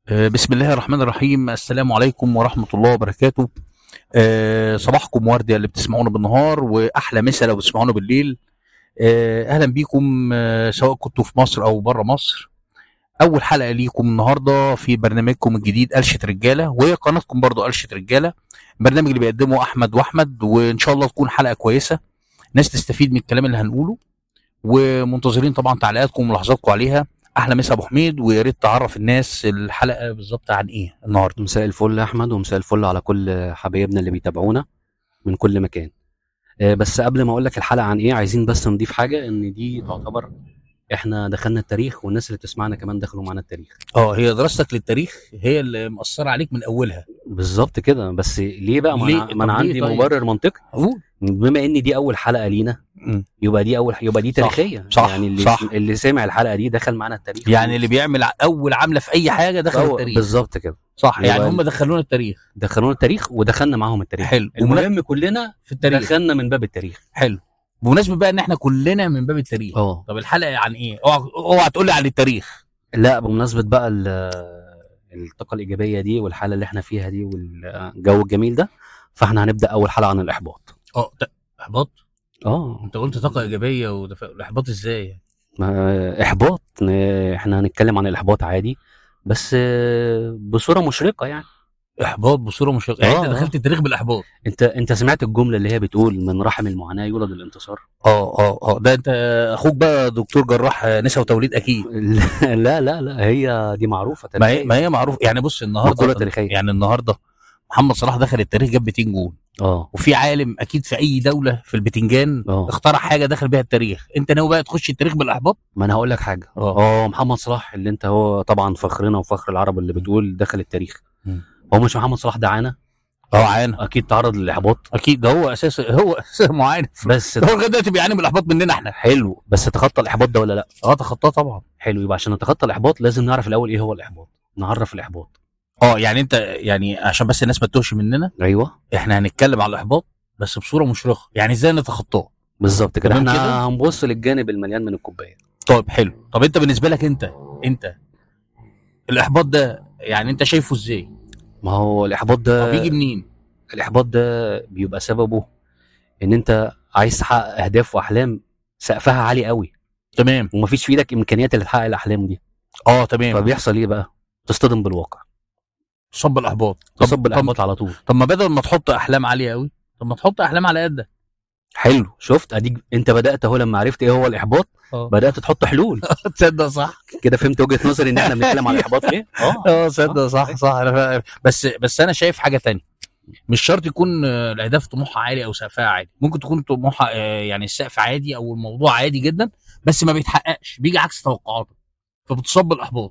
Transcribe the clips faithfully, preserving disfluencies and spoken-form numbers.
آه، بسم الله الرحمن الرحيم. السلام عليكم ورحمة الله وبركاته. آه، صباحكم ورد يا اللي بتسمعونا بالنهار، وأحلى مسا لو بتسمعونا بالليل. آه، أهلا بيكم، آه، سواء كنتوا في مصر أو بره مصر. أول حلقة ليكم النهاردة في برنامجكم الجديد قلشة رجالة، وهي قناتكم برضو قلشة رجالة، برنامج اللي بيقدمه أحمد وأحمد، وإن شاء الله تكون حلقة كويسة، ناس تستفيد من الكلام اللي هنقوله، ومنتظرين طبعا تعليقاتكم وملاحظاتكم عليها. احلى مسا ابو حميد، ويا ريت تعرف الناس الحلقه بالظبط عن ايه النهارده. مساء الفل يا احمد، ومساء الفل على كل حبايبنا اللي بيتابعونا من كل مكان. آه، بس قبل ما اقول لك الحلقه عن ايه، عايزين بس نضيف حاجه، ان دي تعتبر احنا دخلنا التاريخ، والناس اللي بتسمعنا كمان دخلوا معانا التاريخ. اه، هي دراستك للتاريخ هي اللي مأثره عليك من اولها. بالظبط كده. بس ليه بقى؟ ما ليه؟ انا, ما أنا طب ليه عندي طيب؟ مبرر منطقي. قول. بما ان دي اول حلقه لينا، مم. يبقى دي اول يبقى دي صح، تاريخيه. صح، يعني اللي صح. اللي سمع الحلقه دي دخل معانا التاريخ. يعني اللي بيعمل ع- اول عمله في اي حاجه دخل أو- التاريخ. بالظبط كده. صح، يعني يبقى هم دخلونا التاريخ. دخلونا التاريخ ودخلنا معاهم التاريخ. حلو. المهم كلنا في التاريخ. دخلنا من باب التاريخ. حلو. بمناسبه بقى ان احنا كلنا من باب التاريخ. اه طب الحلقه عن ايه؟ اوعى اوعى تقول لي عن التاريخ. لا، بمناسبة بقى ال- الطاقة الإيجابية دي والحالة اللي احنا فيها دي والجو الجميل ده، فاحنا هنبدأ أول حلقة عن الإحباط. اه، ت- احباط. اه انت قلت طاقه ايجابيه ودف... الاحباط ازاي؟ ما- إحباط، ن- احنا هنتكلم عن الإحباط عادي، بس آه، بصورة مشرقة يعني. احباط بصوره مش يعني اه انت اه دخلت التاريخ بالاحباط. انت انت سمعت الجملة اللي هي بتقول من رحم المعاناة يولد الانتصار؟ اه اه اه ده انت اخوك بقى دكتور جراح نساء وتوليد اكيد. لا لا لا، هي دي معروفة ما هي تاريخيا. ما هي معروف يعني. بص مقولة النهارده، تاريخية. يعني النهارده محمد صلاح دخل التاريخ جاب مئتين جول، اه وفي عالم اكيد في اي دوله في البتنجان اه اخترع حاجه دخل بيها التاريخ. انت ناوي بقى تخش التاريخ بالاحباط؟ ما انا هقول لك حاجة. اه. اه محمد صلاح اللي انت هو طبعا فخرنا وفخر العرب اللي بتقول دخل التاريخ، مم. هو مش محمد صلاح ده عانى؟ اه عانى اكيد تعرض للاحباط. اكيد، ده هو اساس هو اساس معاني. بس ده هو لغايه دلوقتي بيعاني من الاحباط مننا احنا. حلو، بس تخطى الاحباط ده ولا لا؟ اه تخطاه طبعا. حلو، يبقى عشان نتخطى الاحباط لازم نعرف الاول ايه هو الاحباط، نعرف الاحباط. اه يعني انت يعني عشان بس الناس ما تتوهش مننا، ايوه احنا هنتكلم على الاحباط بس بصوره مشرقه، يعني ازاي نتخطاه. بالظبط كده. تمام احنا كده؟ هنبص للجانب المليان من الكوبايه. طيب حلو. طب انت بالنسبه لك، انت انت الاحباط ده يعني انت شايفه ازاي؟ ما هو الاحباط طب ده، بيجي منين؟ الاحباط ده بيبقى سببه ان انت عايز تحقق اهداف واحلام سقفها عالي قوي، تمام. ومفيش في ايدك امكانيات اللي تحقق الاحلام دي. اه تمام. فبيحصل ايه بقى؟ تصطدم بالواقع، صب الاحباط. طب تصب طب, الاحباط على طول. طب ما بدل ما تحط احلام عاليه قوي، طب ما تحط احلام على قدك. حلو، شفت اديك انت بدات اهو لما عرفت ايه هو الاحباط اه بدات تحط حلول. تصدق صح. كده فهمت وجهه نظري ان احنا بنتكلم على الاحباط ليه. اه اه تصدق صح صح. أنا فا- بس بس انا شايف حاجه تانية. مش شرط يكون آه، الاهداف طموحها عالي او سقفها عالي، ممكن تكون طموحها آه، يعني السقف عادي او الموضوع عادي جدا، بس ما بيتحققش، بيجي عكس توقعاتك، فبتصاب بالاحباط.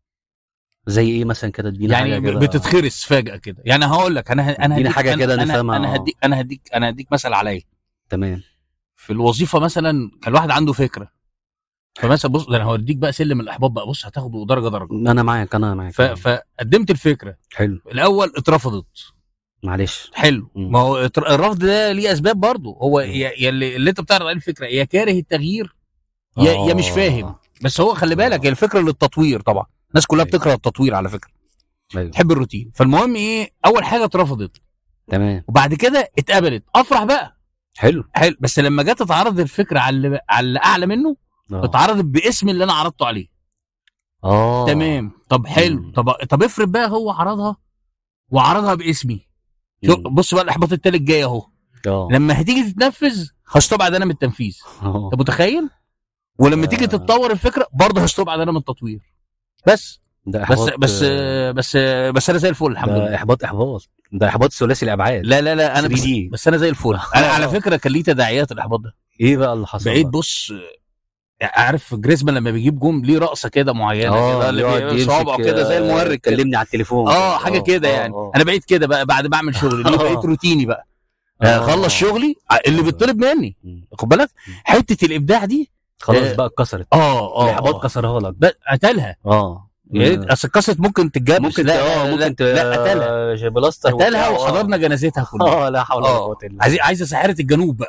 زي ايه مثلا كده؟ ادينا يعني حاجه ب- كده. بتتخرس فجاه كده. يعني هقول لك، انا ه- انا ادينا هديك حاجه أنا- كده انا نفهمها. انا آه. هديك انا هديك انا هديك مثل عليا. تمام. في الوظيفه مثلا كان الواحد عنده فكره، فمثلا بص، ده انا هوديك بقى سلم الاحباط بقى، بص هتاخده درجه درجه. انا معاك انا معاك ف... فقدمت الفكره، حلو. الاول اترفضت. معلش. حلو. مم. ما هو اتر- الرفض ده ليه اسباب برضه. هو مم. يا يا اللي, اللي انت بتعرض عليه الفكره يا كاره التغيير، يا آه. يا مش فاهم. بس هو خلي بالك، هي الفكره للتطوير طبعا، الناس كلها أيوة. بتكره التطوير على فكره، ايوه تحب الروتين. فالمهم ايه، اول حاجه اترفضت، تمام. وبعد كده اتقبلت، افرح بقى. حلو. حلو. بس لما جت تتعرض الفكره على اللي على اللي اعلى منه، اه اتعرضت باسم اللي انا عرضته عليه. اه تمام. طب حلو. مم. طب طب افرض بقى هو عرضها وعرضها باسمي. شو- مم. بص بقى الاحباط التالت جاي اهو. اه لما هتيجي تتنفذ هستبعد انا من التنفيذ. آه. انت متخيل؟ ولما آه. تيجي تتطور الفكره برضه هستبعد انا من التطوير. بس ده بس احباط. بس بس بس انا زي الفل الحمد ده لله. احباط احباط ده احباط ثلاثي الابعاد. لا لا لا انا بس, ثري دي. بس انا زي الفل. انا على فكره كان ليه تداعيات الاحباط ده. ايه بقى اللي حصل بقيت بقى؟ بص، عارف جريزمان لما بيجيب جون ليه رقصه كده معينه اه كده، اللي يقعد بي- صوابعه يمسك، كده زي آه، المهرج كده. كلمني على التليفون اه كده. حاجه كده آه، يعني. آه. انا بقيت كده بقى بعد ما اعمل شغلي ليه بقيت روتيني بقى. آه. آه، خلص شغلي آه، اللي أيوة. بيطلب مني. مم. خد بالك حته الابداع دي. خلاص آه. بقى اتكسرت. اه اه الاحباط آه. كسرها لك. ب- قتلها. اه يا ريت اصل القصه ممكن تتجبس. ممكن لا اه لا ممكن ت... لا, لا قتلها. بلاستر قتلها وبتاع. وحضرنا جنازتها كلها. اه لا حول ولا اه قوه الا عايزه بالله. عايزه ساحره الجنوب بقى.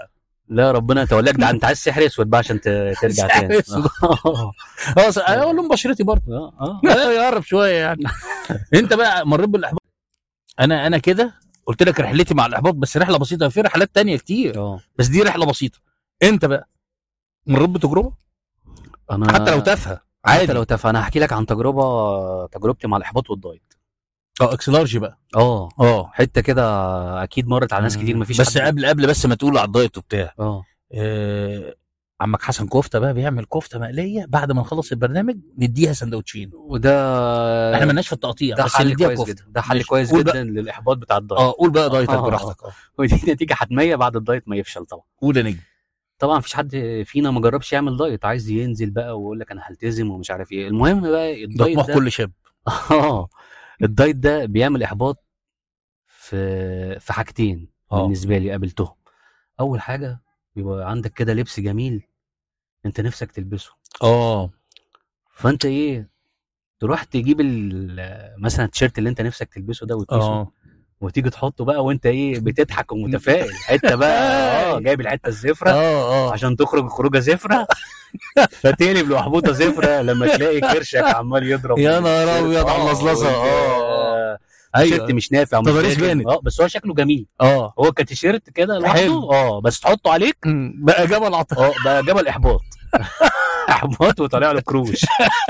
لا ربنا يتولاك، ده انت عايز سحر اسود بقى عشان ت- ترجع تاني. اه س- اه لون بشرتي برضه اه اه يقرب شويه يعني. انت بقى مريت بالاحباط؟ انا انا كده قلت لك رحلتي مع الاحباط، بس رحله بسيطه، في رحلات تانية كتير اه بس دي رحله بسيطه. انت بقى مريت بتجربه انا حتى لو تافهه حتى عادي؟ لو تف انا هحكي لك عن تجربه تجربتي مع الاحباط والدايت. اه اكس لارج بقى. اه اه حته كده، اكيد مرت على ناس كتير، مم. مفيش بس حد. قبل قبل بس ما تقول على الدايت وبتاع، اه آه عمك حسن كفته بقى بيعمل كفته مقليه، بعد ما نخلص البرنامج نديها سندوتشين. وده احنا مالناش في التقطيع ده بس حل نديها كويس كفته. جدا، ده حل ماشي. كويس قول جدا بقى. للاحباط بتاع الدايت. اه قول بقى دايتك اه براحتك. اه ودي نتيجه حتميه بعد الدايت ما يفشل طبعا. قول يا نجم. طبعا مفيش حد فينا ما جربش يعمل دايت، عايز ينزل بقى ويقول لك انا هلتزم ومش عارف ايه. المهم بقى ده الدايت طموح ده كل شاب. اه الدايت ده بيعمل احباط في في حاجتين اه بالنسبه لي قابلتهم. اول حاجه بيبقى عندك كده لبس جميل انت نفسك تلبسه، اه فانت ايه تروح تجيب ال- مثلا التيشيرت اللي انت نفسك تلبسه ده وتقيسه، اه وتيجي تحطه بقى وانت ايه بتضحك ومتفائل حته بقى اه جايب الحته الزفره اه اه عشان تخرج خروجه زفره، فتقلب لوحبوطه زفره لما تلاقي كرشك عمال يضرب يا من نهار التيشيرت. ابيض على اه المصلصه. وال- اه اه التيشيرت ايوه مش نافع ومش تضاريس داخل. بانت. اه بس هو شكله جميل، اه هو كتيشيرت كده لوحده حلو. اه بس تحطه عليك مم. بقى جبل عطا. اه بقى جبل احباط. احباط وطالع له كروش.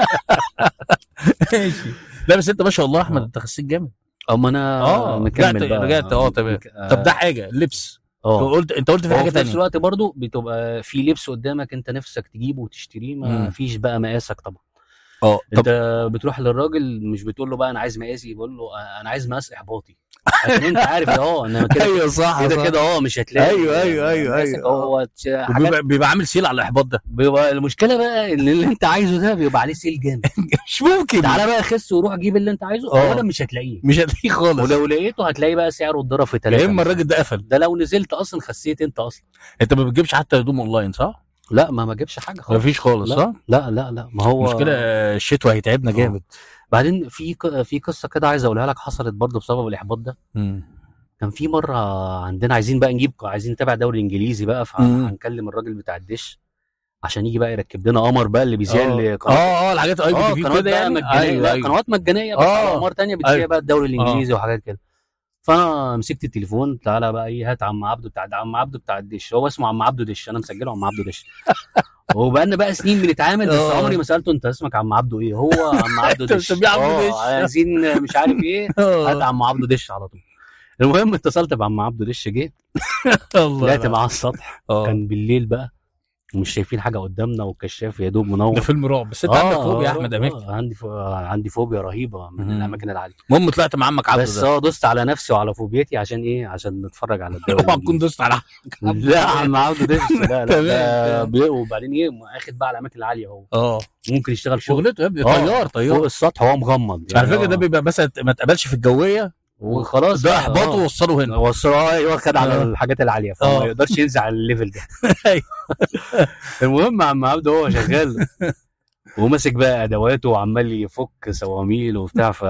ماشي. لا بس انت ما شاء الله يا احمد اه انت خسيت جامد. اما انا اه رجعت مكمل بقى رجعت اه تمام. مك... طب ده اه حاجه لبس. آه. قلت انت قلت في هو حاجه في نفس تانية. الوقت برضو بتبقى في لبس قدامك انت نفسك تجيبه وتشتريه، ما امم فيش بقى مقاسك طبعا. اه انت طب بتروح للراجل مش بتقول له بقى انا عايز مقاسي، بيقول له آه، انا عايز مقاس احباطي، عشان انت عارف اه انما كده ايوه صح كده صح. كده اه مش هتلاقي ايوه ايوه آه، ايوه مقاسك. ايوه اه. هو تش- حاجات وبيبقى بيبقى عامل سيل على الاحباط ده. بيبقى المشكله بقى ان اللي انت عايزه ده بيبقى عليه سيل جامد. مش ممكن. تعالى بقى خس وروح جيب اللي انت عايزه، اه. اولا مش هتلاقيه، مش هتلاقيه خالص. ولو لقيته هتلاقي بقى سعره اتضرب في يا ثلاثه. اما الراجل ده قفل. ده لو نزلت اصلا خسيت انت اصلا. انت ما بتجيبش حتى هدوم اونلاين صح؟ لا ما ما جابش حاجه ما خالص. فيش خالص لا صح؟ لا لا لا ما هو مشكله الشتوى هيتعبنا اه جامد. بعدين في ق- في قصه كده عايز اقولها لك، حصلت برضه بسبب الاحباط ده. امم كان في مره عندنا عايزين بقى نجيب عايزين نتابع دوري انجليزي بقى، امم فهنكلم الراجل بتاع الدش عشان يجي بقى يركب لنا قمر بقى اللي بيذيع اه القنوات. اه اه الحاجات اي بي اه تي في قنوات كده بقى يعني. مجانيه، ايوه لا ايوه قنوات مجانيه بس على اه اقمار تانية بتذيع ايوه بقى الدوري اه الانجليزي وحاجات كده. فانا مسكت التليفون، تعالى بقى ايه هات عم عبده بتاع عم عبده بتاع الدش، هو اسمه عم عبده دش، انا مسجله عم عبده دش. وبقالنا بقى سنين بنتعامل، بس اه عمري ما سالته انت اسمك عم عبده ايه، هو عم عبده انت دش. مسميه عبده اه دش. عايزين مش عارف ايه، هات اه عم عبده دش على طول. المهم اتصلت بعم عبده دش، جه الله طلعت لا. معاه على السطح، اه كان بالليل بقى ومش شايفين حاجه قدامنا والكشاف يا دوب ده منور. فيلم رعب بس انت عندك اه فوبيا يا آه، احمد آه، اماكن. عندي فو... عندي فوبيا رهيبه من مم. الاماكن العاليه. المهم طلعت مع عمك عبده بس ده. اه دوست على نفسي وعلى فوبيتي عشان ايه؟ عشان نتفرج على الدوري اوعى تكون الانجليزي. دوست على عمك عبده. لا عم عبده دش، لا لا تمام ده تمام. بي- وبعدين ايه اخد بقى على الاماكن العاليه، هو اه ممكن يشتغل فوق شغلته يا ابني اه طيار فوق طيار. السطح وهو مغمض على يعني. فكره ده اه بيبقى مثلا ما اتقبلش في الجويه وخلاص ده بقى احباطه اه ووصله هنا. وصله اه ايوه خد على اه الحاجات العاليه فما اه يقدرش ينزل على الليفل ده. ايوه. المهم عم عبده هو شغال وماسك بقى ادواته وعمال يفك سواميل وبتاع، ف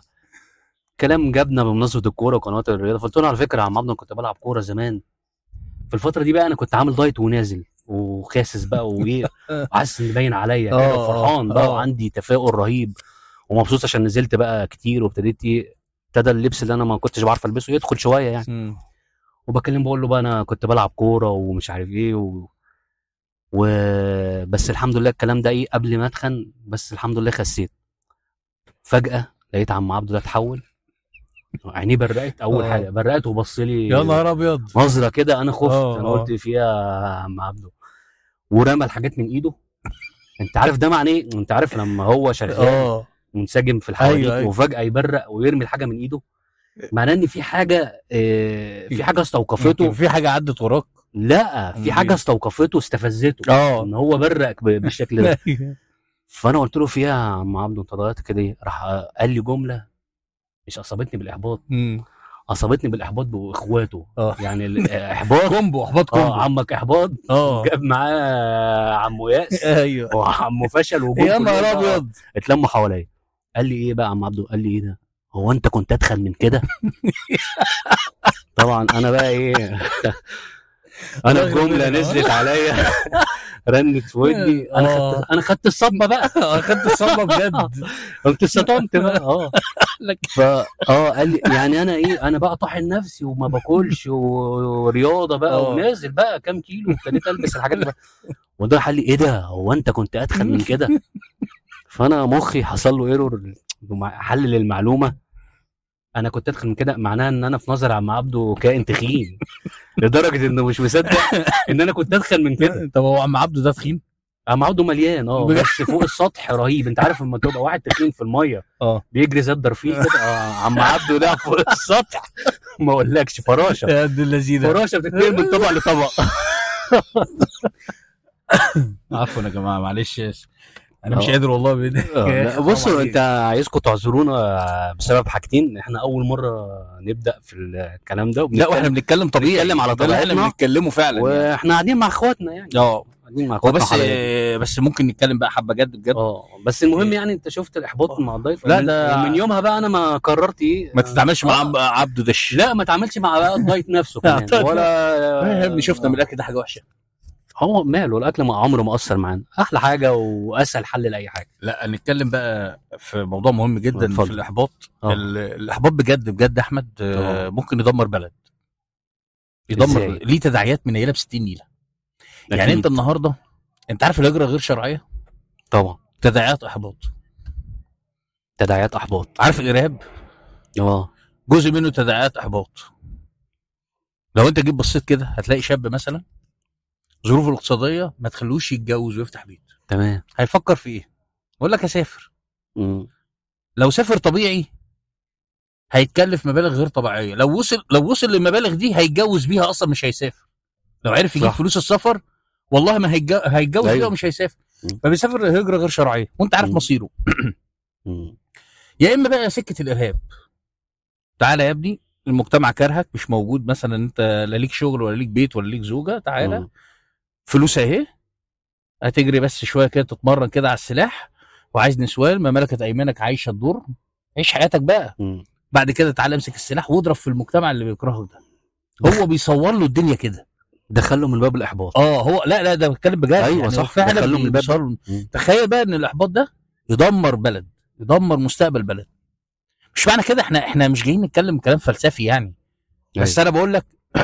كلام جابنا بمناسبه الكوره وقنوات الرياضه، فقلت له على فكره يا عم عبده انا كنت بلعب كوره زمان، في الفتره دي بقى انا كنت عامل دايت ونازل وخاسس بقى وايه، وحاسس ان باين عليا كده اه وفرحان بقى اه وعندي تفاؤل رهيب ومبسوط عشان نزلت بقى كتير وابتديت ايه ابتدى اللبس اللي انا ما كنتش بعرف البسه يدخل شويه يعني. مم. وبكلم بقول له بقى انا كنت بلعب كوره ومش عارف ايه و... و... بس الحمد لله الكلام ده ايه قبل ما اتخن، بس الحمد لله خسيت. فجاه لقيت عم عبده ده اتحول، عينيه برقت، اول اه حاجه برقت وبص يا لي نهار ابيض. نظره كده، انا خفت، اه انا اه قلت فيها يا عم عبده، ورمى الحاجات من ايده. انت عارف ده معناه ايه؟ انت عارف لما هو شغال اه منسجم في ايوه الحواديت ايوه وفجاه يبرق ويرمي الحاجه من ايده، معناه ان في حاجه اه في حاجه يمكن استوقفته. في حاجه عدت وراك. لا في امال حاجه ايه؟ استوقفته استفزته اه ان هو برق ب- بالشكل ده. ايوه. فانا قلت له فيها يا عم عبده انت ضيعت كده ايه؟ راح قال لي جمله مش اصابتني بالاحباط، مم. اصابتني بالاحباط باخواته. اه يعني الاحباط كومبو احباط اه كومبو. عمك احباط اه جاب معاه عمو ياس ايوه وعمو فشل وجم يا كلهم نهار بقى ابيض. اتلموا حواليا. قال لي ايه بقى يا عم عبده؟ قال لي ايه ده؟ هو انت كنت اتخن من كده؟ طبعا انا بقى ايه انا الجمله نزلت عليا رنت في ودني، انا خدت انا خدت الصدمه بقى. خدت الصدمه بجد، قمت استطعمت بقى. اه فا اه قال لي يعني انا ايه، انا بقى طاحن نفسي وما باكلش ورياضه بقى آه. ونازل بقى كام كيلو، وابتديت البس الحاجات بقى. وده قال لي ايه ده، هو انت كنت اتخن من كده؟ فانا مخي حصل له ايرور، حلل المعلومه. انا كنت اتخن من كده معناها ان انا في نظر عم عبده كائن تخين، لدرجه انه مش مصدق ان انا كنت اتخن من كده. طب هو عم عبده ده تخين؟ عم عبده مليان اه، بس فوق السطح رهيب. انت عارف لما تبقى واحد تخين في الميه اه بيجري زي الدرفيل كده، اه عم عبده ده فوق السطح ما اقولكش فراشه، يا دي اللذيذه، فراشه بتتنقل من طبق لطبق. عفوا يا جماعه معلش انا مش آه. قادر والله بجد. آه، لا، بصوا انت عايزكم تعذرونا بسبب حاجتين. احنا اول مره نبدا في الكلام ده، لا واحنا بنتكلم طبيعي، بنتكلم على ده اللي احنا طبيعتنا بنتكلمه فعلا يعني. واحنا قاعدين مع اخواتنا يعني، اه قاعدين مع هو اخواتنا بس حبايبنا. بس ممكن نتكلم بقى حبه جد بجد. اه بس المهم يعني انت شفت الاحباط مع الدايت؟ لا ومن- ده- ومن يومها بقى انا ما قررت ايه، ما تتعاملش مع آه. عم- عبده دش. لا ما تعاملش مع بقى الدايت نفسه كمان لا، ولا يا ابني شفنا من الاكل ده حاجه وحشه. هو ماله الاكل ما عمره ما اثر معانا، احلى حاجه واسهل حل لاي حاجه. لا نتكلم بقى في موضوع مهم جدا اتفضل. في الاحباط. آه. ال- الاحباط بجد بجد يا احمد آه، آه. ممكن يدمر بلد، يدمر إزاي؟ ليه تداعيات منيله ب ستين نيله. يعني أكيد. انت النهارده انت عارف الهجره غير شرعيه طبعا تداعيات احباط. تداعيات احباط. عارف الارهاب اه جزء منه تداعيات احباط. لو انت جيت بصيت كده هتلاقي شاب مثلا ظروفه الاقتصاديه ما تخلوش يتجوز ويفتح بيت، تمام. هيفكر في ايه؟ يقول لك هسافر. مم. لو سافر طبيعي هيتكلف مبالغ غير طبيعيه، لو وصل لو وصل للمبالغ دي هيتجوز بيها اصلا مش هيسافر. لو عرف يجيب صح. فلوس السفر والله ما هيتج- هيتجوز أيوة. بيها ومش هيسافر. مم. فبيسافر هجره غير شرعيه وانت عارف مم. مصيره. مم. يا اما بقى سكه الارهاب، تعالى يا ابني المجتمع كارهك مش موجود، مثلا انت لا ليك شغل ولا ليك بيت ولا ليك زوجه، تعالى مم. فلوس اهي، هتجري بس شويه كده تتمرن كده على السلاح، وعايز نسوان ما ملكت ايمانك عايشه الدور، عيش حياتك بقى. مم. بعد كده تعالى امسك السلاح واضرب في المجتمع اللي بيكرهك ده. هو بيصور له الدنيا كده. دخله من باب الاحباط. اه هو لا لا ده بتكلم بجد. أيوة يعني صح، فعلا دخله من الباب. بيصور. مم. تخيل بقى ان الاحباط ده يدمر بلد، يدمر مستقبل بلد. مش معنى كده احنا احنا مش جايين نتكلم كلام فلسفي يعني، بس أيوة. انا بقول لك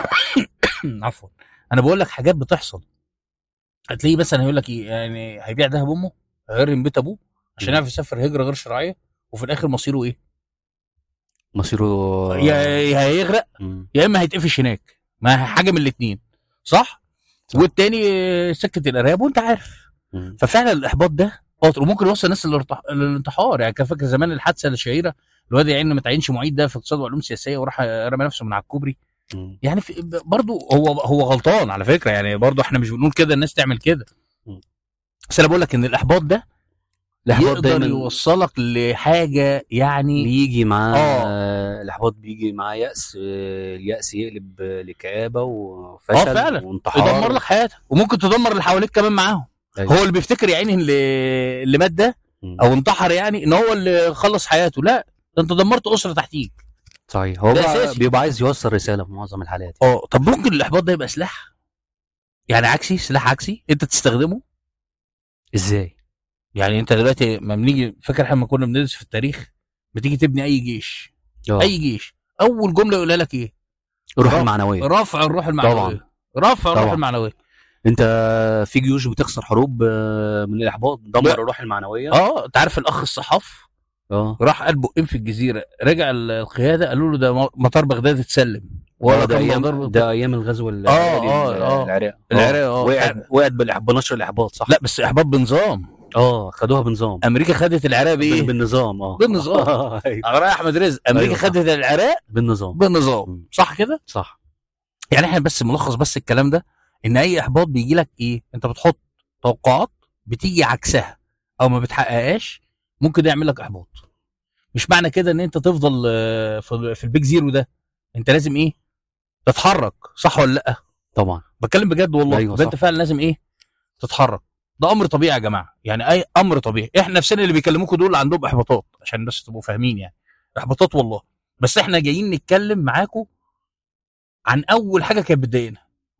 عفوا انا بقول لك حاجات بتحصل. هتلاقيه مثلا هيقول لك ايه، يعني هيبيع ذهب امه، هيرهن بيت ابوه عشان مم. يعرف يسافر هجره غير شرعيه، وفي الاخر مصيره ايه؟ مصيره يا يا هيغرق مم. يا اما هيتقفش هناك، ما هي حاجه من الاثنين، صح؟ صح. والتاني سكه الارهاب وانت عارف. مم. ففعلا الاحباط ده خاطر وممكن يوصل الناس للارتح- للانتحار. يعني كان فاكر زمان الحادثه الشهيره الواد يا عيني ما تعينش معيد ده في اقتصاد وعلوم سياسيه وراح رمى نفسه من على الكوبري. مم. يعني في برضه هو هو غلطان على فكره، يعني برضه احنا مش بنقول كده الناس تعمل كده، مم. بس انا بقول لك ان الاحباط ده الاحباط يقدر دايما يوصلك لحاجه يعني. بيجي معاه آه. الاحباط بيجي معاه يأس، آه، اليأس يقلب لكآبة وفشل اه فعلا وانتحار. يدمر لك حياتك وممكن تدمر اللي حواليك كمان معاهم. أيوة. هو اللي بيفتكر يا عيني اللي اللي مات ده مم. او انتحر يعني ان هو اللي خلص حياته، لا ده انت دمرت اسره تحتيك. صحيح. هو ده بقى أساسي. بيبقى عايز يوصل رسالة في معظم الحالات. اه طب ممكن الاحباط ده يبقى سلاح، يعني عكسي، سلاح عكسي انت تستخدمه. ازاي؟ يعني انت دلوقتي ما بنيجي فاكر احنا لما كنا بندرس في التاريخ، بتيجي تبني اي جيش أوه. اي جيش اول جمله يقولها لك ايه؟ الروح رفع- المعنوية. رفع الروح المعنويه. رفع الروح طبعا. المعنويه. انت في جيوش بتخسر حروب آه، من الاحباط، دمر لا. الروح المعنوية. اه انت عارف الاخ الصحاف اه راح قال بقين في الجزيره، رجع القياده قالوا له ده مطار بغداد اتسلم ولا ده كان ايام مطار- ده ايام الغزو ال- آه، ال- آه، آه. العراق. العراق، آه. وقعت وقعت بالإح- بنشر الاحباط. صح. لا بس احباط بنظام. اه خدوها بنظام. امريكا خدت العراق بايه؟ بالنظام. اه بالنظام. أيوة. رايح احمد رزق امريكا أيوة صح. خدت العراق بالنظام. بالنظام، مم. صح كده؟ صح. يعني احنا بس ملخص بس الكلام ده ان اي احباط بيجي لك ايه؟ انت بتحط توقعات بتيجي عكسها او ما بتحققهاش، ممكن ده يعمل لك احباط. مش معنى كده ان انت تفضل آه، في في البيج زيرو ده، انت لازم ايه؟ تتحرك، صح ولا لا؟ طبعا. بتكلم بجد والله. أيوة يبقى انت صح. فعلا لازم ايه؟ تتحرك. ده امر طبيعي يا جماعه، يعني اي امر طبيعي. احنا نفسنا اللي بيكلموكوا دول عندهم احباطات عشان بس تبقوا فاهمين، يعني احباطات والله. بس احنا جايين نتكلم معاكم عن اول حاجه كانت بتضايقنا.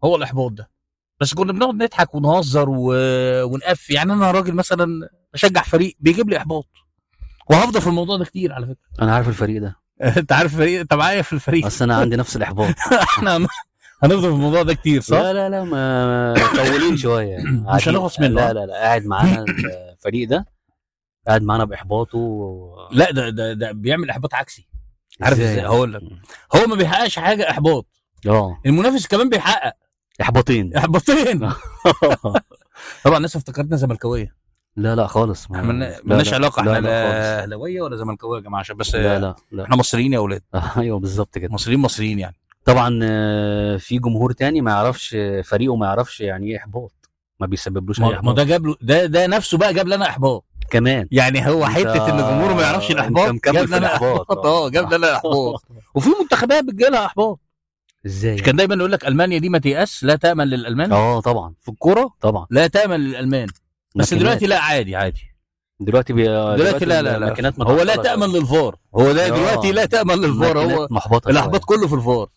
هو الاحباط ده. بس كنا بنقعد نضحك ونهزر و... ونقف. يعني انا راجل مثلا بشجع فريق بيجيب لي احباط، وهفضل في الموضوع ده كتير على فكره. انا عارف الفريق ده. انت عارف الفريق، انت معايا في الفريق. اصل انا عندي نفس الاحباط. احنا هنفضل في الموضوع ده كتير صح؟ لا لا لا ما طولين شويه يعني. مش هنخلص منه. لا لا لا قاعد معانا الفريق ده قاعد معانا باحباطه و... لا ده ده ده بيعمل احباط عكسي. عارف ازاي؟ هقول لك. هو ما بيحققش حاجه احباط، اه المنافس كمان بيحقق احباطين احباطين. طبعا الناس افتكرتنا زملكاويه. لا لا خالص احنا مالناش علاقه، احنا لا اهلاويه ولا زملكاويه يا جماعه، عشان بس لا لا لا احنا مصريين يا اولاد. ايوه بالظبط كده، مصريين مصريين يعني. طبعا في جمهور تاني ما يعرفش فريقه، ما يعرفش يعني ايه احباط، ما بيسببلوش اي احباط. ما ده جاب له ده ده نفسه بقى جاب لنا احباط كمان. يعني هو حته ان الجمهور ما يعرفش الاحباط جاب لنا احباط. اه جاب لنا احباط. وفي منتخبات بتجيلها احباط. ازاي؟ كان دايما يقول لك المانيا دي ما تيأس، لا تامن للالمان. اه طبعا في الكوره طبعا لا تامن للالمان. بس دلوقتي لا، عادي عادي دلوقتي بي... دلوقتي, دلوقتي لا لا لا هو لا تامن للفار. هو ده دلوقتي لا تامن للفار. هو الاحباط كله في الفار.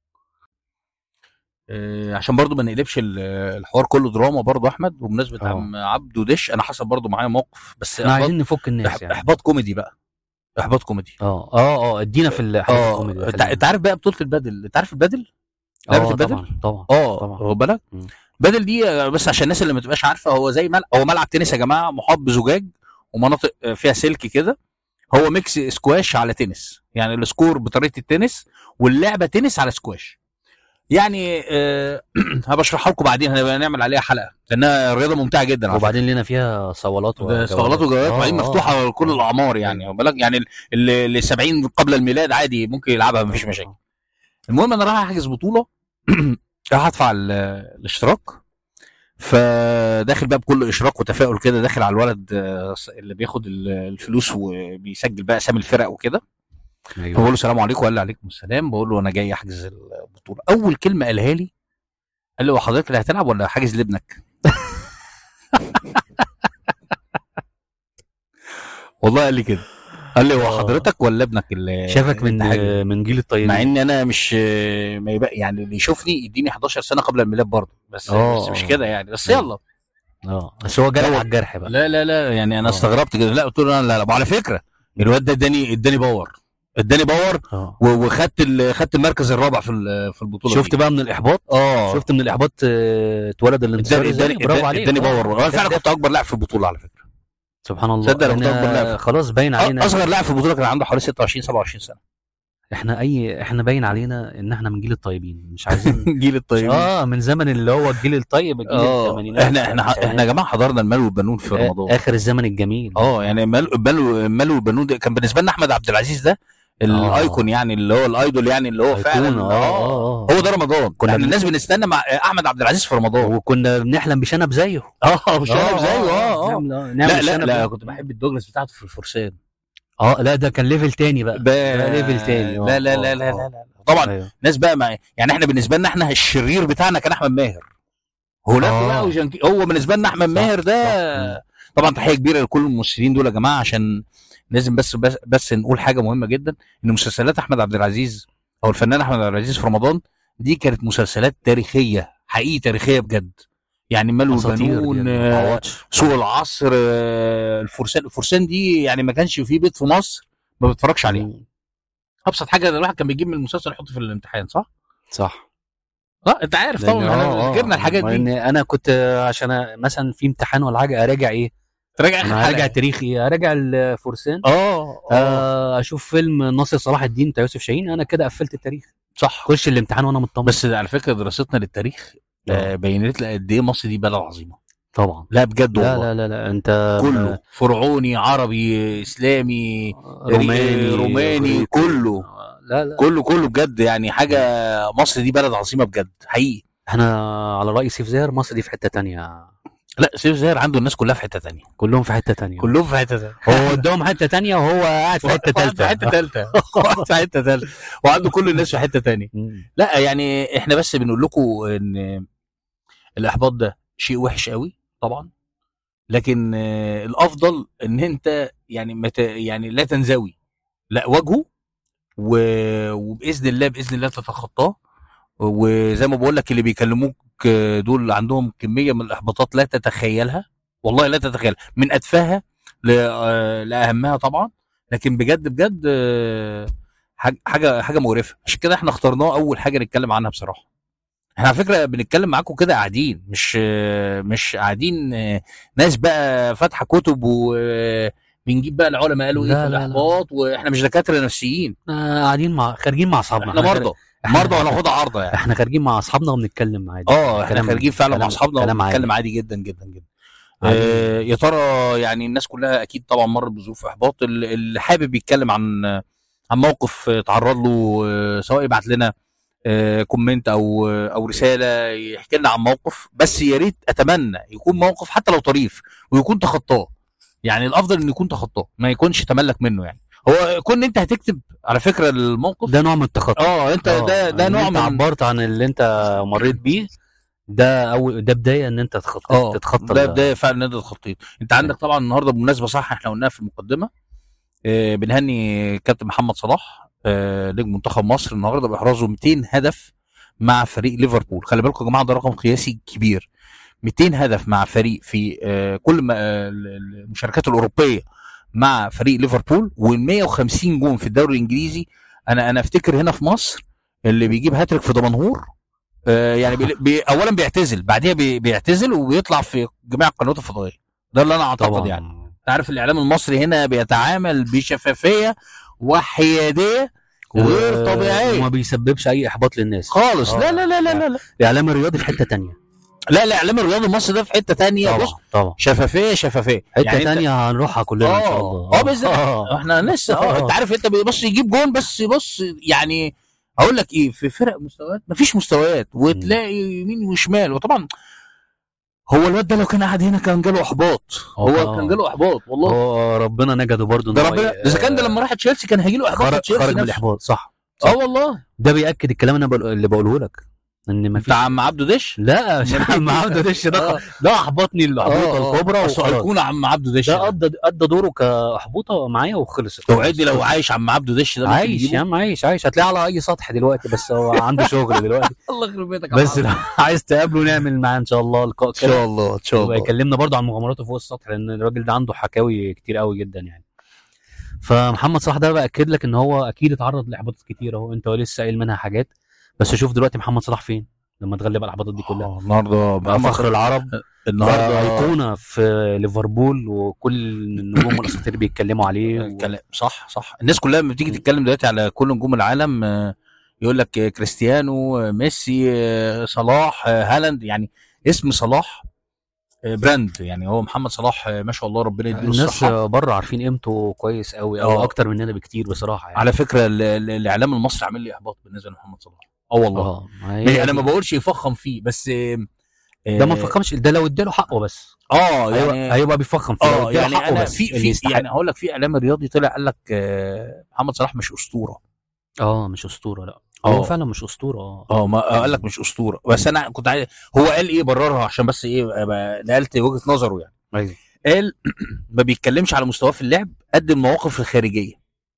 آه عشان برضو ما نقلبش الحوار كله دراما برضو احمد. وبمناسبه عم عبده دش، انا حصل برضو معايا موقف، بس احنا عايزين نفك الناس يعني. احباط كوميدي بقى، احباط كوميدي. اه اه اه ادينا في الاحباط الكوميدي. انت عارف بقى بطوله البادل؟ انت عارف البادل؟ لعبه البادل طبعا طبعا اه واخد بالك. بادل دي بس عشان الناس اللي ما تبقاش عارفه، هو زي ملعب، هو ملعب تنس يا جماعه، محاط بزجاج ومناطق فيها سلك كده. هو ميكس سكواش على تنس، يعني السكور بطريقه التنس واللعبه تنس على سكواش. يعني أه هبشرحها لكم بعدين، هنبقى نعمل عليها حلقه لانها رياضه ممتعه جدا. وبعدين لنا فيها صولات وجوائز، صولات وجوائز، وبعدين مفتوحه لكل الاعمار يعني. بالك يعني اللي سبعين قبل الميلاد عادي ممكن يلعبها مفيش مشاكل. المهم انا رايح احجز بطوله، راح ادفع الاشتراك، فداخل بقى بكل اشراق وتفاؤل كده، داخل على الولد اللي بياخد الفلوس وبيسجل بقى اسامي الفرق وكده. أيوة. فبقول له السلام عليكم، قال لي عليكم السلام. بقول له انا جاي احجز البطوله. اول كلمه قالها لي قال لي هو حضرتك اللي هتلعب ولا حاجز لابنك؟ والله قال لي كده، قال لي هو حضرتك ولا ابنك اللي شافك من من جيل الطيبين، مع ان انا مش ما يبقى يعني اللي يشوفني يديني حداشر سنه قبل الميلاد برضه، بس أوه. بس مش كده يعني، بس يلا. اه بس هو جرى على الجرح بقى. لا لا لا يعني انا أوه. استغربت كده. لا قلت له لا لا وعلى فكره الواد ده اداني اداني باور اداني باور وخدت خدت المركز الرابع في في البطوله. شفت دي. بقى من الاحباط اه شفت من الاحباط اتولد الانتصار. اداني برافو عليك، اداني باور. انا فعلا كنت اكبر لاعب في البطوله على فكره، سبحان الله. صدق انا خلاص باين علينا اصغر لاعب في البطوله كان عنده حوالي ستة وعشرين سبعة وعشرين سنه. احنا اي احنا باين علينا ان احنا من جيل الطيبين، مش عايزين جيل الطيبين اه من زمن اللي هو الجيل الطيب، الجيل الثمانينات. احنا احنا احنا يا جماعه حضرنا المال والبنون في رمضان، اخر الزمن الجميل. اه يعني المال المال والبنون ده كان بالنسبه لنا احمد عبد العزيز ده الايكون يعني، اللي هو الايدول يعني، اللي هو فعلا اه, آه, آه هو ده رمضان. كنا يعني الناس بنستنى مع احمد عبد العزيز في رمضان، وكنا بنحلم بشنب زيه. اه وشنب زيه اه اه لا لا لا كنت بحب الدوجلاس بتاعته في الفرسان. اه لا ده كان ليفل تاني بقى، ده ليفل تاني. لا لا لا لا لا طبعا أيوه. ناس بقى مع يعني احنا بالنسبه لنا احنا الشرير بتاعنا كان احمد ماهر. هو لا هو بالنسبه لنا احمد ماهر ده طبعا. تحيه كبيره لكل الممثلين دول يا جماعه، عشان لازم بس بس, بس نقول حاجه مهمه جدا، ان مسلسلات احمد عبد العزيز او الفنان احمد عبد العزيز في رمضان دي كانت مسلسلات تاريخيه حقيقي، تاريخيه بجد يعني. مال والبنون، سوق العصر، الفرسان. الفرسان دي يعني ما كانش في بيت في مصر ما بتفرجش عليها. ابسط حاجه الواحد كان بيجيب من المسلسل يحطه في الامتحان، صح صح اه انت عارف طبعا احنا ذكرنا الحاجات دي. انا كنت عشان مثلا في امتحان ولا حاجه اراجع ايه، تراجع اخر حاجه، اراجع تاريخي، اراجع الفرسان اه اه اشوف فيلم ناصر صلاح الدين بتاع يوسف شاهين، انا كده قفلت التاريخ صح، خش الامتحان وانا مطمن. بس على فكره دراستنا للتاريخ آه بينت لي قد ايه مصر دي بلد عظيمه طبعا. لا بجد والله لا لا لا انت كله فرعوني عربي اسلامي روماني روماني كله لا لا كله كله بجد يعني حاجه. مصر دي بلد عظيمه بجد حقيقي. احنا على راي سيف زاهر مصر دي في حته تانية. لا سيف زاهر عنده الناس كلها في حته تانية، كلهم في حته تانية، كلهم في حته تانية. هو قدام حته تانية وهو قاعد في حته ثالثه، في حته ثالثه في حته ثالثه وعنده كل الناس في حته تانية. لا يعني احنا بس بنقول لكم ان الاحباط ده شيء وحش قوي طبعا، لكن الافضل ان انت يعني مت يعني لا تنزوي، لا واجهه وباذن الله باذن الله تتخطاه. وزي ما بقول لك اللي بيكلموك آه، دول عندهم كميه من الاحباطات لا تتخيلها، والله لا تتخيل، من اتفاهها ل- آه، لاهمها طبعا. لكن بجد بجد آه، حاج- حاجه حاجه مقرفه. عشان كده احنا اخترناه اول حاجه نتكلم عنها بصراحه. احنا على فكره بنتكلم معاكم كده قاعدين، مش آه، مش قاعدين آه، ناس بقى فاتحه كتب وبنجيب بقى العلماء قالوا ايه في لا لا لا الاحباط، واحنا مش دكاتره نفسيين. آه، قاعدين مع خارجين مع اصحابنا. احنا احنا خارج... مرضى، مرضى احنا وهناخدها عرضه يعني. احنا خارجين مع اصحابنا وبنتكلم عادي. اه احنا كلام خارجين فعلا مع كلام اصحابنا كلام وبنتكلم عادي عادي جدا جدا جدا. عادي. آه يا ترى يعني الناس كلها اكيد طبعا مرت بظروف احباط. ال- اللي حابب يتكلم عن عن موقف آه، تعرض له، آه، سواء يبعت لنا آه، كومنت او آه، او رساله يحكي لنا عن موقف. بس يا ريت اتمنى يكون موقف حتى لو طريف ويكون تخطاه. يعني الافضل انه يكون تخطاه، ما يكونش تملك منه. يعني هو كون انت هتكتب على فكره الموقف ده نوع من التخطي. اه انت اه ده ده إن نوع انت من عبرت عن اللي انت مريت بيه. ده اول ده بدايه ان انت تتخطى اه تتخطى ده ال- بدايه فعلا ان انت تخطيط. انت عندك طبعا النهارده بمناسبه صح احنا قلناها في المقدمه، آه، بنهني كابتن محمد صلاح آه، نجم منتخب مصر النهارده باحرازه مئتين هدف مع فريق ليفربول. خلي بالكم يا جماعه ده رقم قياسي كبير، مئتين هدف مع فريق في آه، كل ما- آه، المشاركات الاوروبيه مع فريق ليفربول، ومئة وخمسين جون في الدوري الانجليزي. انا انا افتكر هنا في مصر اللي بيجيب هاتريك في دمنهور آه، يعني بي بي اولا بيعتزل، بعديها بي بيعتزل وبيطلع في جميع القنوات الفضائيه. ده اللي انا اعتقد طبعا يعني. انت عارف الاعلام المصري هنا بيتعامل بشفافيه وحياديه غير و- طبيعيه وما بيسببش اي احباط للناس خالص. اه لا لا لا لا يعني لا لا, الاعلام الرياضي في حته تانية. لا الاعلام الرياضي المصري ده في حته تانية. بص طبعا طبعا شفافيه شفافيه حته يعني انت تانية هنروحها كلنا ان شاء اه الله. اه باذن الله. احنا لسه اه انت عارف انت بص يجيب جون بس بص يعني هقول لك ايه، في فرق مستويات مفيش مستويات وتلاقي يمين وشمال. وطبعا هو الواد ده لو كان قاعد هنا كان جاله احباط، هو آه. كان جاله احباط والله. هو ربنا نجده برضه ده ربنا اذا كان ده لما راح تشيلسي كان هيجي له احباط في خرج تشيلسي خرج من نفسه. الاحباط. صح, اه صح. والله. ده بياكد الكلام اللي انا بقول- اللي بقوله لك ان ما فيش. بتاع عم عبده دش لا مش عم عبده دش ده آه. ده احبطني الاحباطه الكبرى اصل وخلاص. هيكون عم عبده دش ده ده. قضى قضى دوره كاحبوطه معايا وخلصت. توعدني لو عايش عم عبده دش ده ممكن عايش يجيبه؟ يا عم عايش عايش هتلاقيه على اي سطح دلوقتي بس هو عنده شغل دلوقتي. الله يخرب بيتك يا بس عم لو عايز تقابله نعمل معاه ان شاء الله لقاء ان شاء الله ان شاء الله. يكلمنا برضه عن مغامراته فوق السطح لان الراجل ده عنده حكاوي كتير قوي جدا يعني. فمحمد صلاح ده باكد لك ان هو اكيد اتعرض لاحباطات كتير اهو انت لسه قايل منها حاجات. بس شوف دلوقتي محمد صلاح فين لما اتغلب على الاحباطات دي كلها. آه، النهارده بقى محمد فخر العرب النهارده بقى ايقونه في ليفربول وكل النجوم والاساطير بيتكلموا عليه و... كلام صح صح. الناس كلها لما بتيجي تتكلم دلوقتي على كل نجوم العالم آه، يقول لك آه، كريستيانو آه، ميسي آه، صلاح آه، هالاند. يعني اسم صلاح آه، براند. يعني هو محمد صلاح آه، ما شاء الله ربنا يديله الناس الصحه. بره عارفين قيمته كويس قوي او آه. اكتر مننا بكتير بصراحه يعني. على فكره ال- ال- الاعلام المصري عامل لي احباط بالنسبه لمحمد صلاح. اه والله. اه ما يعني هي انا ما دي. بقولش يفخم فيه بس آه، ده ما فخمش ده لو اداله حقه بس. اه هيبقى يعني هيبقى بيفخم فيه لو اه اداله يعني حقه انا بس في اللي في يستحق. يعني هقول لك في اعلام رياضي طلع قال لك آه، محمد صلاح مش اسطوره. اه مش اسطوره لا آه. هو فعلا مش اسطوره اه اه ما قال لك مش اسطوره. بس انا كنت عايز هو قال ايه بررها عشان بس ايه أبقى نقلت وجهه نظره يعني. ايوه قال ما بيتكلمش على مستواه في اللعب قد المواقف الخارجيه.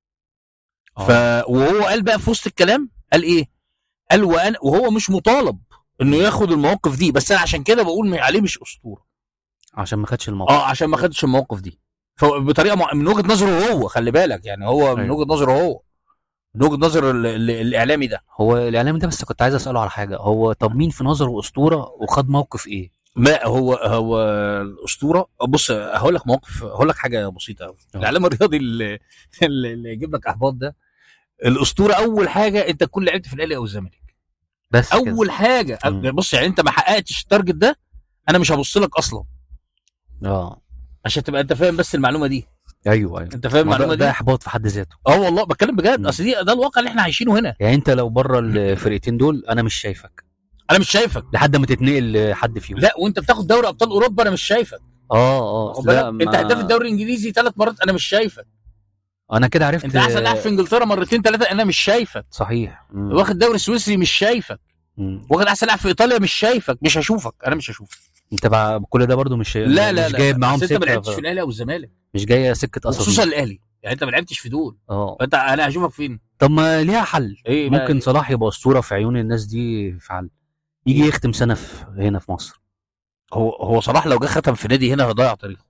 ف آه. وهو قال بقى في وسط الكلام قال ايه؟ قال وانا وهو مش مطالب انه ياخد المواقف دي، بس انا عشان كده بقول عليه مش اسطوره. عشان ما خدش الموقف. اه عشان ما خدش المواقف دي. فبطريقه مع... من وجهه نظره هو خلي بالك يعني هو من أيوة. وجهه نظره هو من وجهه نظر ال... ال... الاعلامي ده. هو الاعلامي ده بس كنت عايز اساله على حاجه. هو طب مين في نظره اسطوره وخد موقف ايه؟ ما هو هو الاسطوره. بص هقول لك موقف هقول لك حاجه بسيطه قوي. آه. الاعلام الرياضي اللي, اللي يجيب لك احباط ده الاسطوره اول حاجه انت تكون لعبت في الاهلي او الزمالك. بس كده. اول حاجه مم. بص يعني انت ما حققتش التارجت ده انا مش هبص لك اصلا اه عشان تبقى انت فاهم بس المعلومه دي. ايوه ايوه انت فاهم ما ده, المعلومه ده دي. احباط في حد ذاته. اه والله بتكلم بجد. مم. اصل دي ده الواقع اللي احنا عايشينه هنا. يعني انت لو بره الفرقتين دول انا مش شايفك انا مش شايفك لحد ما تتنقل لحد فيهم. لا وانت بتاخد دوري ابطال اوروبا انا مش شايفك. اه اه واخد لا بالك؟ انت ما- هداف الدوري الانجليزي ثلاث مرات انا مش شايفك. انا كده عرفت. انت احسن لاعب في انجلترا مرتين ثلاثه انا مش شايفك. صحيح. مم. واخد دوري سويسري مش شايفك. مم. واخد احسن لاعب في ايطاليا مش شايفك. مش هشوفك انا مش هشوفك. انت بقى كل ده برضو مش لا لا مش لا جايب لا. معاهم بس انت ما سكه لعبتش ف... في الاهلي او الزمالك مش جايه سكه وخصوصا اصلا. الاهلي. يعني انت ما لعبتش في دول اه فانت انا هشوفك فين؟ طب ما ليها حل. ايه بقى ممكن إيه؟ صلاح يبقى اسطوره في عيون الناس دي في حل يجي يختم سنه في هنا في مصر. هو هو صلاح لو جه ختم في نادي هنا هيضيع تاريخه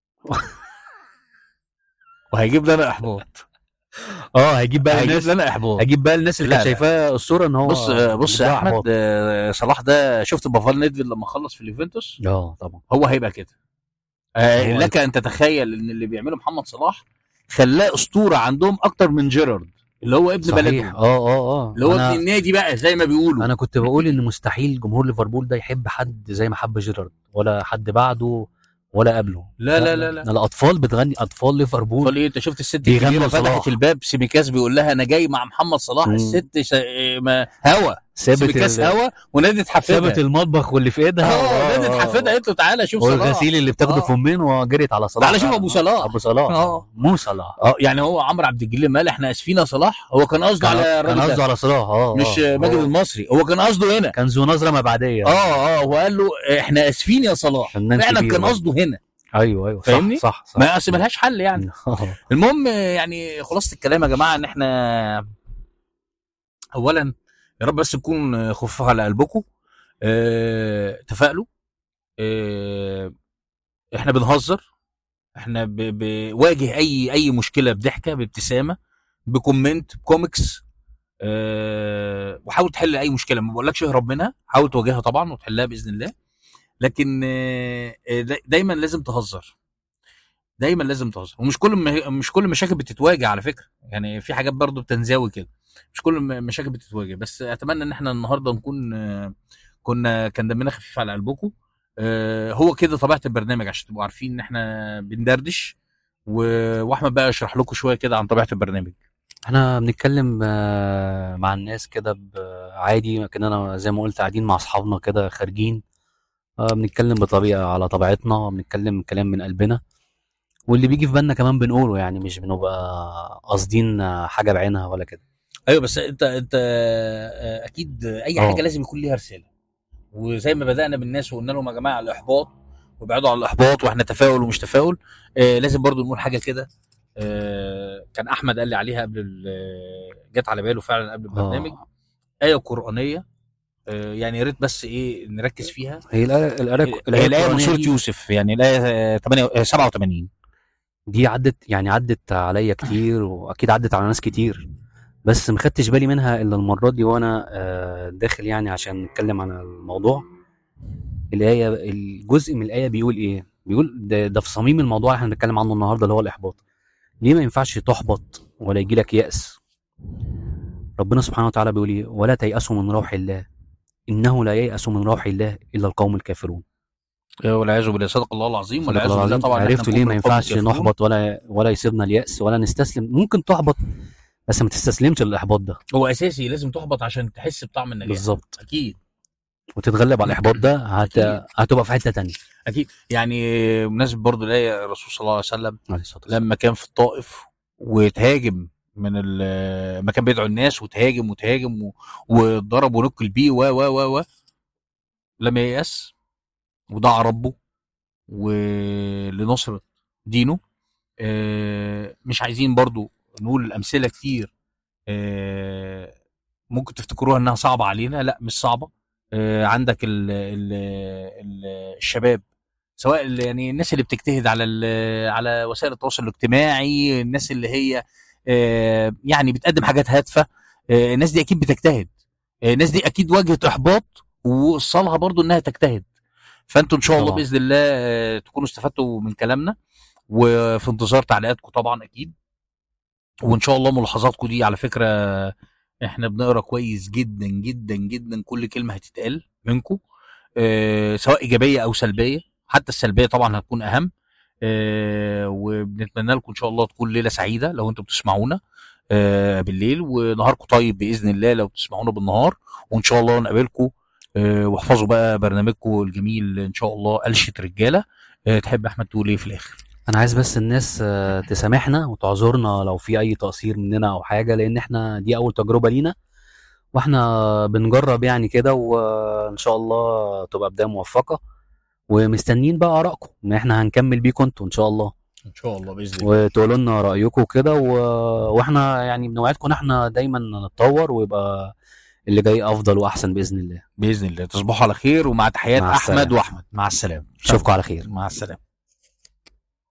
وهيجيب لنا احباط. اه هيجيب بقى هيجيب الناس لنا احباط. هيجيب بقى الناس اللي لا كانت لا شايفاه الصوره ان هو بص بص هيجيب يا لها احمد، احباط. آه، صلاح ده شفت بافال نيدفيد لما خلص في اليوفنتوس؟ اه طبعا. هو هيبقى كده. آه، هو لك ان تتخيل ان اللي بيعمله محمد صلاح خلاه اسطوره عندهم اكتر من جيرارد اللي هو ابن صحيح. بلدهم، اه اه اه اللي هو ابن وانا النادي بقى زي ما بيقولوا. انا كنت بقول ان مستحيل جمهور ليفربول ده يحب حد زي ما حب جيرارد، ولا حد بعده ولا قبله. لا لا لا لا لا لا الاطفال بتغني، اطفال ليفربول قال ايه؟ انت شفت الست بيغنوا الكبيره فتحت لصلاح. الباب، سيميكاس بيقول لها انا جاي مع محمد صلاح، مم. الست ش... ما هوا سابت سيميكاس ال... هوا ونادت سابت حفيدها. المطبخ واللي في ايدها و... اه نادت آه، حفيدها آه. قالت له تعالى شوف والغسيل صلاح. اللي بتاخده في اه امين وجريت على صلاح تعالى شوف فعلا. ابو آه. صلاح. ابو صلاح اه آه. مو صلاح. اه يعني هو عمرو عبد الجليل مال احنا اسفين يا صلاح، هو كان قصده كان على كان الراجل قصده ده على صلاح. اه مش اه ماجد هو المصري، هو كان قصده هنا. كان ذو نظره مبعديه. اه اه هو قال له احنا اسفين يا صلاح، فنان فعلا كبير كان برضه. قصده هنا. ايوه ايوه صح فاهمني؟ صح صح. ما اصل ملهاش حل يعني. المهم يعني خلاصه الكلام يا جماعه ان احنا اولا يا رب بس نكون خفاف على قلبكم. اه تفائلوا. اه احنا بنهزر، احنا ب- بواجه اي اي مشكله بضحكه بابتسامه بكومنت بكوميكس. اه وحاول تحل اي مشكله، ما بقولكش اهرب منها، حاول تواجهها طبعا وتحلها باذن الله. لكن اه آه، دا- دايما لازم تهزر، دايما لازم تهزر. ومش كل م... مش كل المشاكل بتتواجه على فكره، يعني في حاجات برضو بتنزوي كده، مش كل المشاكل بتتواجه. بس اتمنى ان احنا النهارده نكون آه، كنا كان دمنا خفيف على قلبكم. آه، هو كده طبيعه البرنامج عشان تبقوا عارفين ان احنا بندردش و... واحمد بقى اشرح لكم شويه كده عن طبيعه البرنامج. احنا بنتكلم آه، مع الناس كده ب- عادي كأننا زي ما قلت قاعدين مع اصحابنا كده خارجين. آه، بنتكلم بطبيعة على طبيعتنا، بنتكلم كلام من قلبنا، واللي بيجي في بالنا كمان بنقوله، يعني مش بنبقى قاصدين آه، حاجة بعينها ولا كده. ايوه بس انت انت آه، اكيد اي حاجه اه لازم يكون ليها رساله. وزي ما بدانا بالناس وقلنا لهم يا جماعه الاحباط وابعدوا عن الاحباط واحنا تفاؤل ومش تفاؤل، آه لازم برضو نقول حاجه كده. آه كان احمد قال لي عليها قبل ال- جت على باله فعلا قبل البرنامج. اه ايه قرانيه، آه يعني يا ريت بس ايه نركز فيها. هي الآية الآية آه، الآية هي الايه من القرآنية سوره دي يوسف، يعني الايه تمانية سبعة وتمانين. دي عدت، يعني عدت عليا كتير واكيد عدت على ناس كتير، بس ما خدتش بالي منها الا المرة دي وانا آه، داخل يعني عشان نتكلم عن الموضوع. الآية الجزء من الآية بيقول ايه؟ بيقول ده, ده في صميم الموضوع اللي احنا بنتكلم عنه النهارده اللي هو الإحباط. ليه ما ينفعش تحبط ولا يجيلك يأس؟ ربنا سبحانه وتعالى بيقول ايه؟ ولا تيأسوا من روح الله انه لا ييأس من روح الله الا القوم الكافرون. آه، والعياذ بالله، صدق الله العظيم، صدق الله والعياذ بالله العظيم. طبعا ان احنا عرفتوا نكون ليه من ما القوم ينفعش الكافرون. نحبط ولا ولا يصيبنا اليأس ولا نستسلم؟ ممكن تحبط بس ما تستسلمش للإحباط ده. هو اساسي لازم تحبط عشان تحس بطعم النجاح. بالظبط. اكيد وتتغلب على الإحباط ده هت... اكيد هتبقى في حتة تانية. اكيد. يعني بمناسبه برضو الايه، الرسول صلى الله عليه وسلم عليه الصلاة والسلام. لما كان في الطائف وتهاجم من ال- ما كان بيدعو الناس وتهاجم وتهاجم و- وضرب ونكل بيه و و و و لم ييأس ودعا ربه ولنصرة دينه. آه، مش عايزين برضو نقول أمثلة كتير آه، ممكن تفتكروها انها صعبة علينا، لا مش صعبة. آه، عندك ال ال ال الشباب، سواء ال- يعني الناس اللي بتجتهد على ال- على وسائل التواصل الاجتماعي، الناس اللي هي آه، يعني بتقدم حاجات هادفة. آه، الناس دي اكيد بتجتهد، آه، الناس دي اكيد واجهت احباط ووصلها برضو انها تجتهد. فانتوا ان شاء الله طبعا. باذن الله آه، تكونوا استفدتوا من كلامنا، وفي انتظار تعليقاتكم طبعا اكيد. وان شاء الله ملاحظاتكم دي على فكره احنا بنقرا كويس جدا جدا جدا كل كلمه هتتقال منكم، اه سواء ايجابيه او سلبيه، حتى السلبيه طبعا هتكون اهم. اه وبنتمنى لكم ان شاء الله تكون ليله سعيده لو انتم بتسمعونا اه بالليل، ونهاركم طيب باذن الله لو بتسمعونا بالنهار. وان شاء الله نقابلكم. اه واحفظوا بقى برنامجكم الجميل ان شاء الله قلشه رجاله. اه تحب احمد تقول ايه في الاخر؟ انا عايز بس الناس آه، تسامحنا وتعذرنا لو في اي تقصير مننا او حاجة، لان احنا دي اول تجربة لينا واحنا بنجرب يعني كده، وان شاء الله تبقى بداية موفقة. ومستنيين بقى آرائكم ان احنا هنكمل بيكم انتوا ان شاء الله، ان شاء الله باذن الله. وتقولوا لنا رأيكم كده و... واحنا يعني بنوعدكم ان احنا دايما نتطور ويبقى اللي جاي افضل واحسن باذن الله. باذن الله. تصبحوا على خير، ومع تحيات مع احمد السلامة. واحمد. مع السلامه. اشوفكم على خير. مع السلامه.